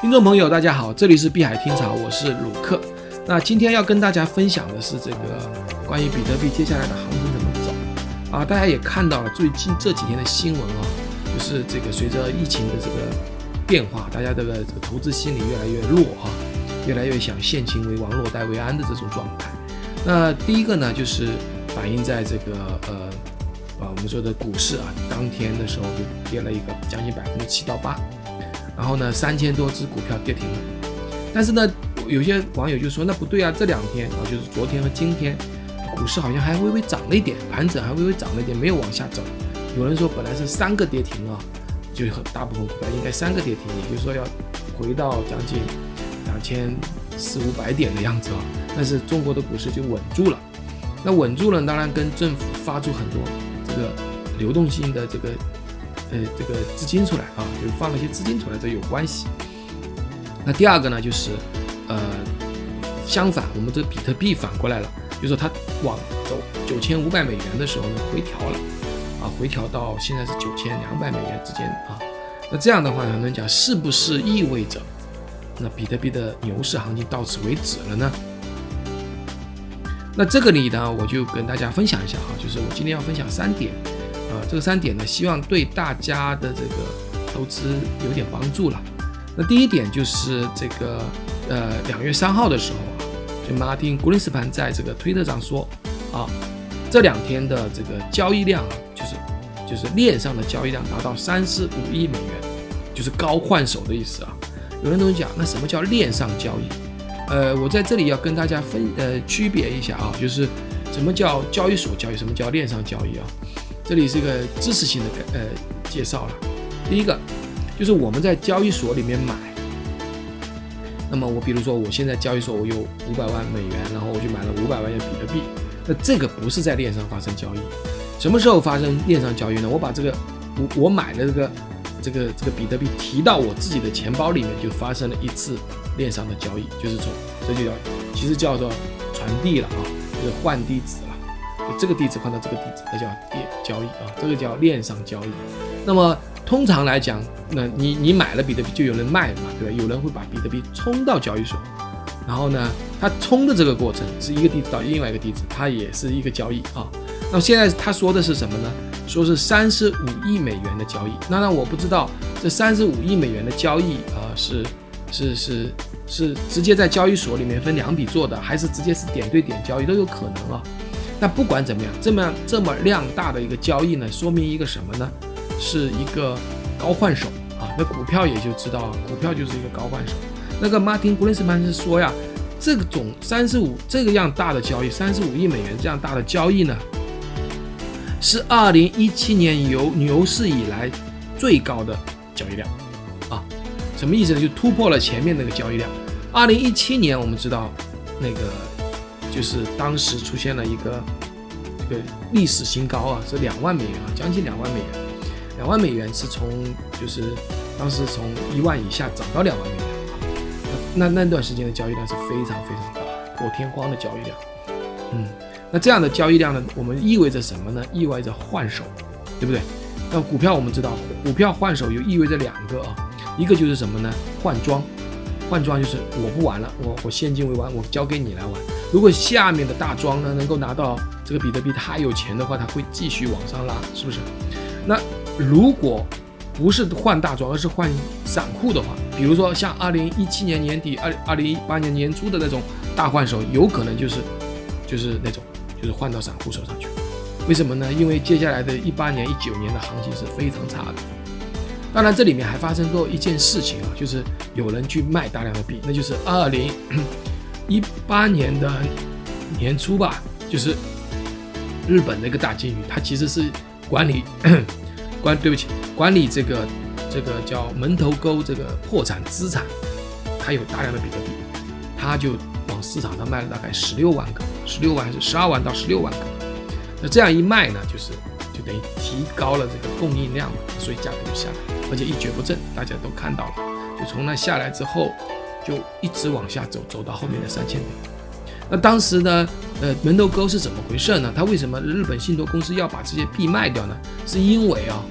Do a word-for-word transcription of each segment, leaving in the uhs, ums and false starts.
听众朋友，大家好，这里是碧海听潮，我是鲁克。那今天要跟大家分享的是这个关于比特币接下来的行情怎么走啊？大家也看到了最近这几天的新闻啊，就是这个随着疫情的这个变化，大家这个这个投资心理越来越弱哈、啊，越来越想现金为王，落袋为安的这种状态。那第一个呢，就是反映在这个呃啊我们说的股市啊，当天的时候就跌了一个将近百分之七到八。然后呢，三千多只股票跌停了。但是呢，有些网友就说，那不对啊，这两天啊，就是昨天和今天，股市好像还微微涨了一点，盘整还微微涨了一点，没有往下走。有人说本来是三个跌停啊，就很大部分股票应该三个跌停，也就是说要回到将近两千四五百点的样子啊。但是中国的股市就稳住了。那稳住了，当然跟政府发出很多这个流动性的这个。呃，这个资金出来啊，就放了一些资金出来，这有关系。那第二个呢，就是呃，相反，我们这比特币反过来了，就是说它往走九千五百美元的时候呢，回调了啊，回调到现在是九千两百美元之间啊。那这样的话，能讲是不是意味着那比特币的牛市行情到此为止了呢？那这个里呢，我就跟大家分享一下啊，就是我今天要分享三点。呃，这个三点呢，希望对大家的这个投资有点帮助了。那第一点就是这个，呃，两月三号的时候啊，就马丁·格林斯潘在这个推特上说，啊，这两天的这个交易量啊，就是就是链上的交易量达到三十五亿美元，就是高换手的意思啊。有人都讲，那什么叫链上交易？呃，我在这里要跟大家分呃区别一下啊，就是什么叫交易所交易，什么叫链上交易啊？这里是一个知识性的呃介绍了。第一个就是我们在交易所里面买，那么我比如说我现在交易所我有五百万美元，然后我就买了五百万元比特币，那这个不是在链上发生交易。什么时候发生链上交易呢？我把这个我我买的这个这个这个比特币提到我自己的钱包里面，就发生了一次链上的交易，就是说这就叫其实叫做传递了啊，就是换地址了。这个地址换到这个地址，这叫交易啊，这个叫链上交易。那么通常来讲，那你你买了比特币，就有人卖嘛，对吧？有人会把比特币冲到交易所，然后呢，他冲的这个过程是一个地址到另外一个地址，它也是一个交易啊。那么现在他说的是什么呢？说是三十五亿美元的交易。那那我不知道这三十五亿美元的交易啊，是是是是直接在交易所里面分两笔做的，还是直接是点对点交易都有可能啊。那不管怎么样，这么样这么量大的一个交易呢，说明一个什么呢？是一个高换手啊。那股票也就知道，股票就是一个高换手。那个马丁·格林斯潘是说呀，这种三十五这个样大的交易，三十五亿美元这样大的交易呢，是二零一七年由牛市以来最高的交易量啊。什么意思呢？就突破了前面那个交易量。二零一七年我们知道那个。就是当时出现了一个这个历史新高啊，是两万美元啊，将近两万美元。两万美元是从就是当时从一万以下涨到两万美元啊，那那段时间的交易量是非常非常大，破天荒的交易量。嗯，那这样的交易量呢，我们意味着什么呢？意味着换手，对不对？那股票我们知道，股票换手又意味着两个啊，一个就是什么呢？换庄。换庄就是我不玩了，我我现金为王，我交给你来玩。如果下面的大庄呢能够拿到这个比特币，他有钱的话，他会继续往上拉，是不是？那如果不是换大庄，而是换散户的话，比如说像二零一七年年底、二零一八年年初的那种大换手，有可能就是就是那种就是换到散户手上去。为什么呢？因为接下来的一八年、一九年的行情是非常差的。当然，这里面还发生过一件事情啊，就是有人去卖大量的币，那就是二零一八年的年初吧，就是日本的一个大鲸鱼，它其实是管理管对不起管理这个这个叫门头沟这个破产资产，它有大量的比特币，它就往市场上卖了大概十六万个，十六万还是十二万到十六万个。那这样一卖呢，就是就等于提高了这个供应量嘛，所以价格就下来。而且一蹶不振，大家都看到了，就从那下来之后，就一直往下走，走到后面的三千点。那当时呢，呃，门头沟是怎么回事呢？它为什么日本信托公司要把这些币卖掉呢？是因为啊，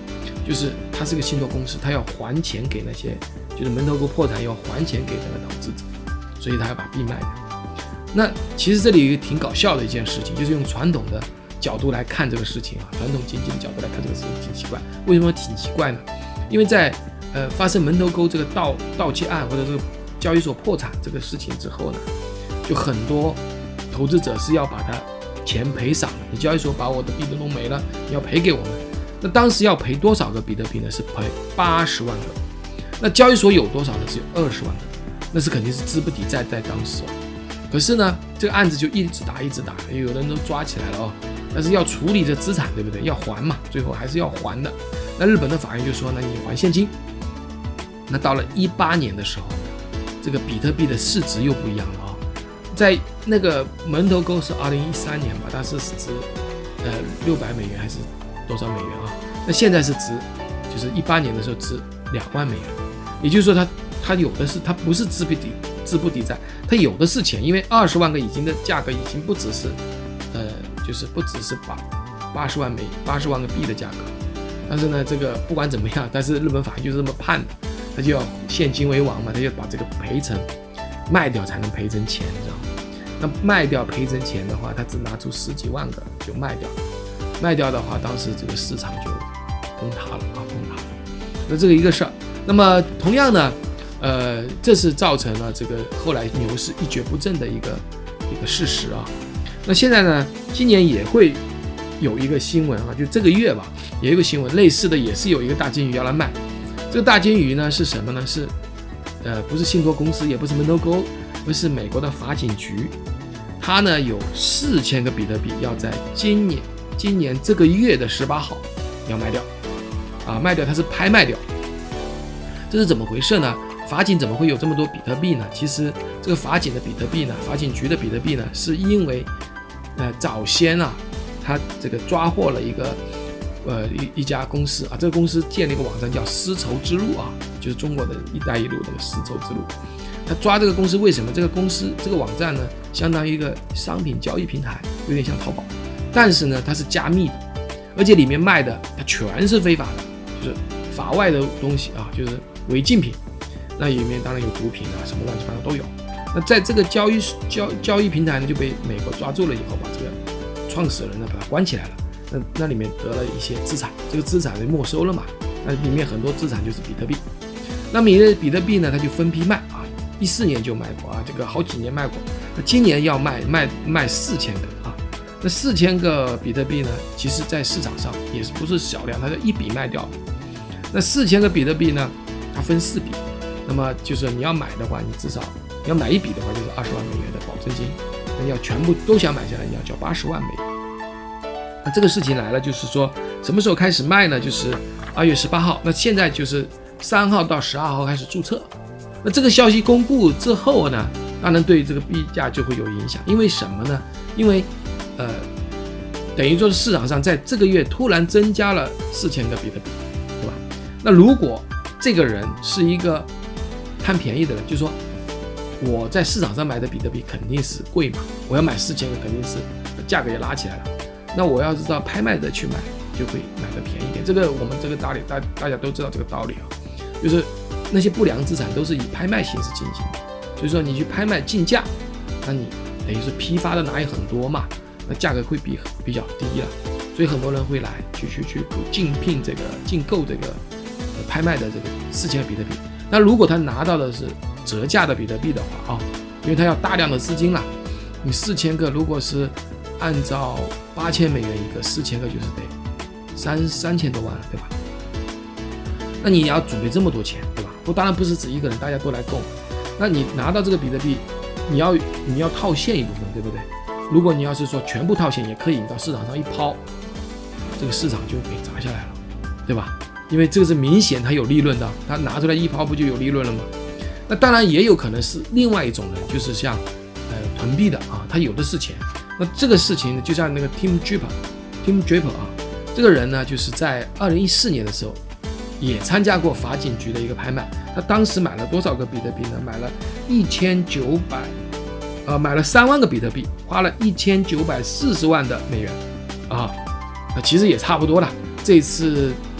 就是它是个信托公司，它要还钱给那些，就是门头沟破产要还钱给那个投资者，所以它要把币卖掉。那其实这里有一个挺搞笑的一件事情，就是用传统的角度来看这个事情啊，传统经济的角度来看这个事情挺奇怪。为什么挺奇怪呢？因为在呃发生门头沟这个盗盗窃案或者这个交易所破产这个事情之后呢，就很多投资者是要把它钱赔偿的。你交易所把我的币都弄没了，你要赔给我们。那当时要赔多少个比特币呢？是赔八十万个。那交易所有多少呢？只有二十万个，那是肯定是资不抵债在当时哦。可是呢，这个案子就一直打一直打，有的人都抓起来了哦。但是要处理这资产，对不对？要还嘛，最后还是要还的。那日本的法院就说呢，你还现金。那到了一八年的时候，这个比特币的市值又不一样了啊、哦。在那个门头沟是二零一三年吧，它是值呃六百美元还是多少美元啊？那现在是值，就是一八年的时候值两万美元。也就是说它，它有的是，它不是资不抵资不抵债，它有的是钱，因为二十万个已经的价格已经不只是，呃，就是不只是把八十万美八十万个币的价格。但是呢，这个不管怎么样，但是日本法院就是这么判的，他就要现金为王嘛，他就把这个赔成卖掉才能赔成钱，你知道吗？那卖掉赔成钱的话，他只拿出十几万个就卖掉，卖掉的话，当时这个市场就崩塌了啊，崩塌了。那这个一个事儿。那么同样呢，呃，这是造成了这个后来牛市一蹶不振的一个一个事实啊。那现在呢，今年也会有一个新闻啊，就这个月吧，也有一个新闻类似的，也是有一个大金鱼要来卖。这个大金鱼呢是什么呢？是呃不是信托公司，也不是门头沟，而是美国的法警局。它呢有四千个比特币要在今年今年这个月的十八号要卖掉啊，卖掉它是拍卖掉。这是怎么回事呢？法警怎么会有这么多比特币呢？其实这个法警的比特币呢，法警局的比特币呢，是因为呃早先啊，他这个抓获了一个呃一一家公司啊，这个公司建了一个网站叫丝绸之路啊，就是中国的一带一路那个丝绸之路。他抓这个公司为什么？这个公司这个网站呢，相当于一个商品交易平台，有点像淘宝，但是呢它是加密的，而且里面卖的它全是非法的，就是法外的东西啊，就是违禁品。那里面当然有毒品啊，什么乱七八糟都有。那在这个交易交交易平台呢，就被美国抓住了以后，把这个创始人呢把它关起来了。那那里面得了一些资产，这个资产被没收了嘛？那里面很多资产就是比特币。那么你的比特币呢，它就分批卖啊，一四年就卖过啊，这个好几年卖过。那今年要卖卖卖四千个啊，那四千个比特币呢，其实在市场上也是不是小量，它是一笔卖掉的。那四千个比特币呢，它分四笔。那么就是你要买的话，你至少你要买一笔的话，就是二十万美元的保证金。那你要全部都想买下来，你要交八十万美元。那这个事情来了，就是说什么时候开始卖呢？就是二月十八号。那现在就是三号到十二号开始注册。那这个消息公布之后呢，当然对这个币价就会有影响。因为什么呢？因为呃，等于说是市场上在这个月突然增加了四千个比特币，对吧？那如果这个人是一个贪便宜的人，就是说我在市场上买的比特币肯定是贵嘛，我要买四千个肯定是价格也拉起来了。那我要是到拍卖的去买，就会买的便宜一点。这个我们这个道理大大家都知道这个道理啊，就是那些不良资产都是以拍卖形式进行的，所以说你去拍卖竞价，那你等于是批发的拿也很多嘛，那价格会比比较低了，所以很多人会来去去去竞聘这个竞购这个、呃、拍卖的这个四千个比特币。那如果他拿到的是折价的比特币的话啊、哦，因为他要大量的资金啦，你四千个如果是按照八千美元一个，四千个就是得三三千多万了，对吧？那你要准备这么多钱，对吧？不，当然不是指一个人，大家都来购。那你拿到这个比特币，你要你要套现一部分，对不对？如果你要是说全部套现也可以，你到市场上一抛，这个市场就给砸下来了，对吧？因为这个是明显它有利润的，它拿出来一抛不就有利润了吗？那当然也有可能是另外一种人，就是像呃囤币的啊，他有的是钱。那这个事情就像那个 Tim Draper，Tim Draper 啊，这个人呢，就是在二零一四年的时候也参加过法警局的一个拍卖，他当时买了多少个比特币呢？买了一千九百，呃，买了三万个比特币，花了一千九百四十万的美元啊，那其实也差不多了。这次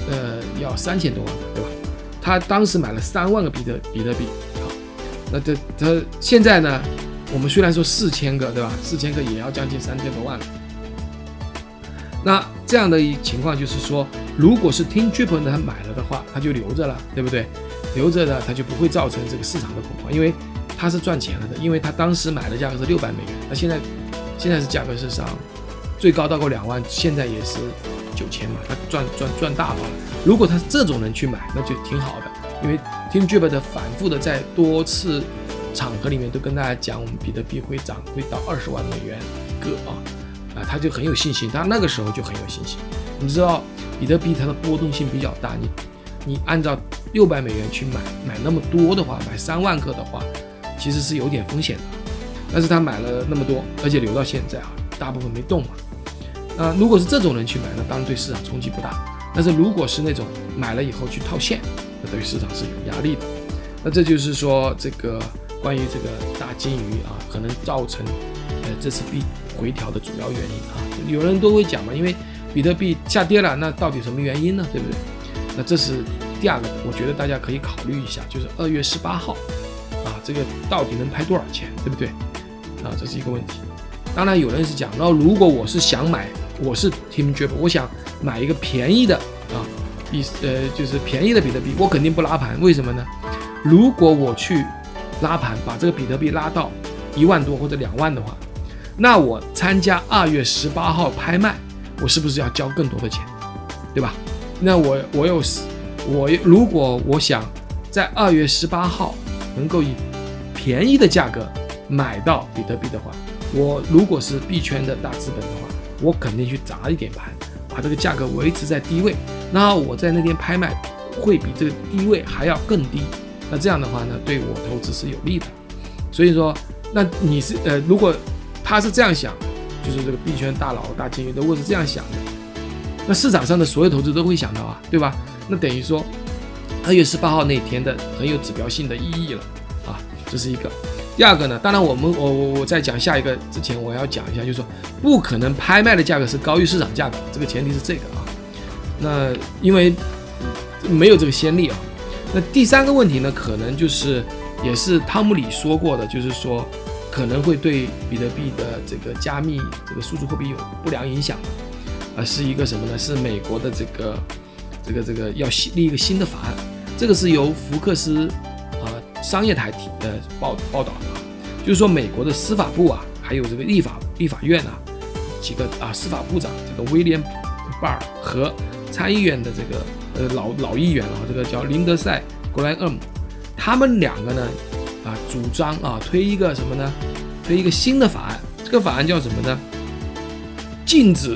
呃要三千多万，对吧？他当时买了三万个比特比特币，好，那这他现在呢，我们虽然说四千个，对吧？四千个也要将近三千多万了。那这样的一情况就是说，如果是听 Dripper 他买了的话，他就留着了，对不对？留着的他就不会造成这个市场的恐慌，因为他是赚钱了的，因为他当时买的价格是六百美元，那现在现在是价格是上最高到过两万，现在也是九千嘛，他赚赚赚大发了。如果他是这种人去买，那就挺好的，因为 Tim Draper 的反复的在多次场合里面都跟大家讲，我们比特币会涨，会到二十万美元一个啊。啊，他就很有信心，他那个时候就很有信心。你知道，比特币它的波动性比较大，你你按照六百美元去买，买那么多的话，买三万个的话，其实是有点风险的。但是他买了那么多，而且留到现在啊，大部分没动嘛。那如果是这种人去买，那当然对市场冲击不大。但是如果是那种买了以后去套现，那对市场是有压力的。那这就是说，这个关于这个大金鱼啊，可能造成呃这次币回调的主要原因啊，有人都会讲嘛，因为比特币下跌了，那到底什么原因呢？对不对？那这是第二个，我觉得大家可以考虑一下，就是二月十八号啊，这个到底能拍多少钱，对不对？啊，这是一个问题。当然有人是讲，然后如果我是想买，我是 Tim Draper， 我想买一个便宜的啊，比呃就是便宜的比特币，我肯定不拉盘，为什么呢？如果我去拉盘，把这个比特币拉到一万多或者两万的话，那我参加二月十八号拍卖，我是不是要交更多的钱，对吧？那我我有我如果我想在二月十八号能够以便宜的价格买到比特币的话，我如果是币圈的大资本的话，我肯定去砸一点盘，把这个价格维持在低位，那我在那天拍卖会比这个低位还要更低，那这样的话呢，对我投资是有利的。所以说，那你是呃，如果他是这样想，就是这个币圈大佬大金鱼如果是这样想的，那市场上的所有投资都会想到啊，对吧？那等于说二月十八号那天的很有指标性的意义了啊，这是一个。第二个呢，当然我们我我我在讲下一个之前，我要讲一下，就是说不可能拍卖的价格是高于市场价格，这个前提是这个啊。那因为没有这个先例啊。那第三个问题呢，可能就是也是汤姆里说过的，就是说可能会对比特币的这个加密这个数字货币有不良影响的，而是一个什么呢？是美国的这个这个这个要立一个新的法案，这个是由福克斯啊、呃、商业台体呃报报道的啊，就是说美国的司法部啊，还有这个立法立法院啊几个啊司法部长这个威廉巴尔和参议院的这个呃老老议员啊，这个叫林德赛格兰厄姆，他们两个呢啊主张啊推一个什么呢？推一个新的法案，这个法案叫什么呢？禁止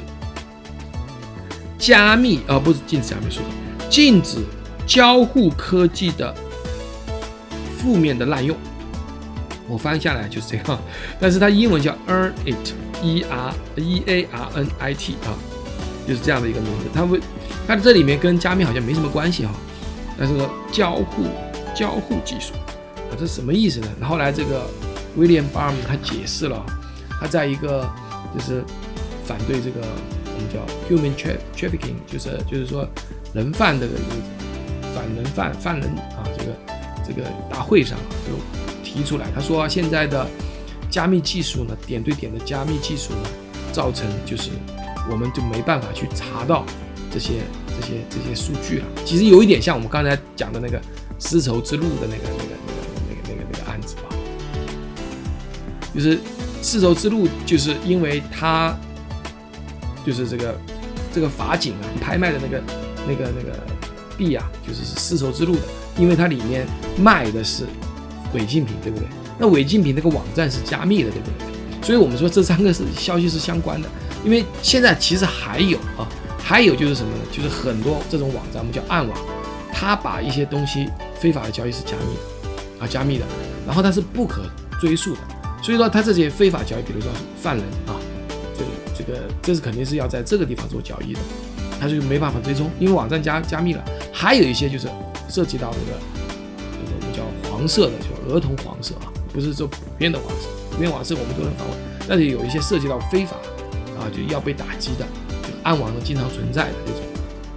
加密啊，不是禁止加密，说错，禁止交互科技的负面的滥用。我翻下来就是这个，但是它英文叫 Earn It E R E A R N I T 啊，就是这样的一个名字。它会，它这里面跟加密好像没什么关系哈、啊，但是说交互交互技术啊，这是什么意思呢？后来这个威廉巴尔姆他解释了，他在一个就是反对这个我们叫 human trafficking， 就是就是说人贩的反人贩犯人啊，这个这个大会上就提出来，他说现在的加密技术呢，点对点的加密技术呢，造成就是我们就没办法去查到这些这些这些数据了。其实有一点像我们刚才讲的那个丝绸之路的那个那个那个那个那个那个案子吧，就是丝绸之路，就是因为它就是这个这个法警啊拍卖的那个那个那个币啊，就是丝绸之路的，因为它里面卖的是违禁品，对不对？那违禁品那个网站是加密的，对不对？所以我们说这三个是消息是相关的。因为现在其实还有啊，还有就是什么呢？就是很多这种网站，我们叫暗网，它把一些东西非法的交易是加密的啊，加密的，然后它是不可追溯的。所以说，它这些非法交易，比如说犯人啊，就这个这是肯定是要在这个地方做交易的，它就没办法追踪，因为网站加加密了。还有一些就是涉及到这个这个我们叫黄色的，就儿童黄色啊，不是说普遍的黄色，普遍黄色我们都能访问，但是有一些涉及到非法啊，就要被打击的，就暗网中经常存在的这种那种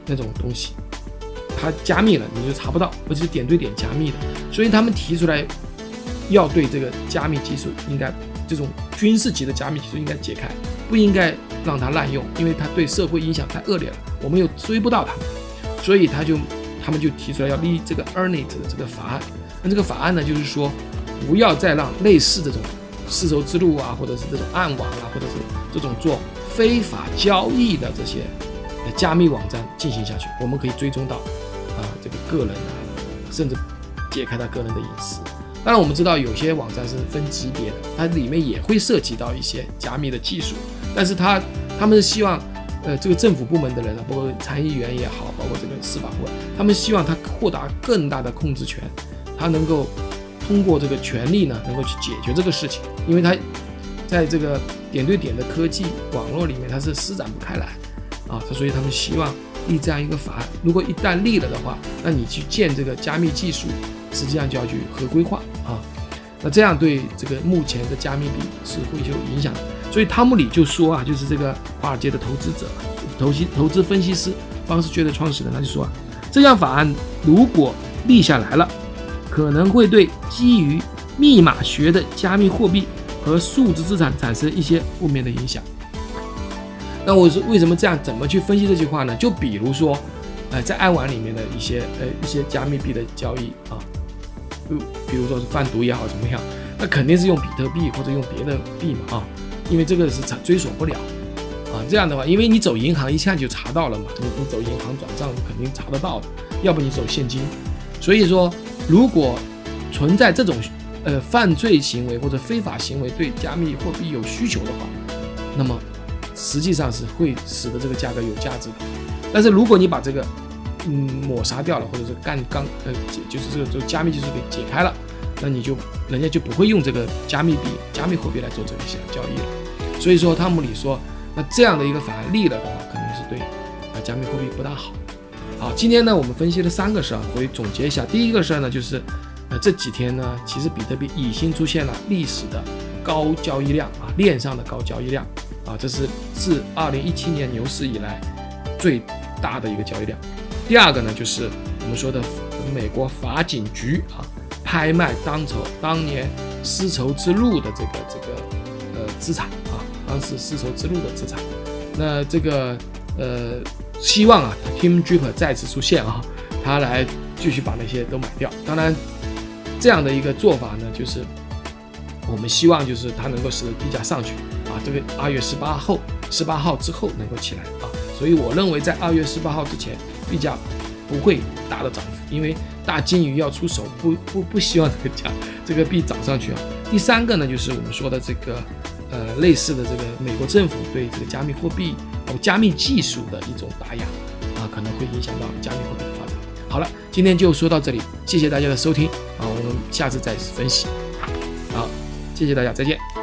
那种东西，它加密了你就查不到，而且是点对点加密的，所以他们提出来要对这个加密技术应该这种军事级的加密技术应该解开，不应该让它滥用，因为它对社会影响太恶劣了，我们又追不到它，所以他就他们就提出来要立这个 E R N E T 的这个法案。那这个法案呢，就是说不要再让类似这种丝绸之路啊，或者是这种暗网啊，或者是这种做非法交易的这些加密网站进行下去，我们可以追踪到啊这个个人啊，甚至解开他个人的隐私。当然我们知道有些网站是分级别的，它里面也会涉及到一些加密的技术，但是它他们是希望呃这个政府部门的人啊，包括参议员也好，包括这个司法部门，他们希望他获得更大的控制权，他能够通过这个权利呢，能够去解决这个事情，因为他在这个点对点的科技网络里面，它是施展不开来啊，所以他们希望立这样一个法案。如果一旦立了的话，那你去建这个加密技术，实际上就要去合规化啊。那这样对这个目前的加密币是会有影响的。所以汤姆里就说啊，就是这个华尔街的投资者、投资投资分析师方式学的创始人，他就说啊，这项法案如果立下来了，可能会对基于密码学的加密货币和数字资产产生一些负面的影响。那我是为什么这样？怎么去分析这句话呢？就比如说，呃，在暗网里面的一些呃一些加密币的交易啊，比如说是贩毒也好怎么样，那肯定是用比特币或者用别的币嘛啊，因为这个是追索不了啊。这样的话，因为你走银行一看就查到了嘛，你你走银行转账肯定查得到的，要不你走现金。所以说，如果存在这种呃犯罪行为或者非法行为对加密货币有需求的话，那么实际上是会使得这个价格有价值的。但是如果你把这个嗯抹杀掉了，或者是干刚呃就是这个这个加密技术给解开了，那你就人家就不会用这个加密币、加密货币来做这些交易了。所以说汤姆里说，那这样的一个法案立了的话，肯定是对啊加密货币不大好。好，今天呢我们分析了三个事儿，我总结一下。第一个事儿呢就是，呃这几天呢其实比特币已经出现了历史的高交易量啊，链上的高交易量啊，这是自二零一七年牛市以来最大的一个交易量。第二个呢就是我们说的美国法警局啊拍卖当筹当年丝绸之路的这个这个呃资产啊，当时丝绸之路的资产，那这个呃。希望啊 Tim Draper 再次出现啊，他来继续把那些都买掉。当然这样的一个做法呢，就是我们希望就是它能够使得币价上去啊，这个二月十八号十八号之后能够起来啊，所以我认为在二月十八号之前币价不会大的涨幅，因为大鲸鱼要出手，不不不希望这个价这个币涨上去啊。第三个呢，就是我们说的这个呃类似的这个美国政府对这个加密货币加密技术的一种打压啊，可能会影响到加密货币的发展。好了，今天就说到这里，谢谢大家的收听啊，我们下次再分析。好，谢谢大家，再见。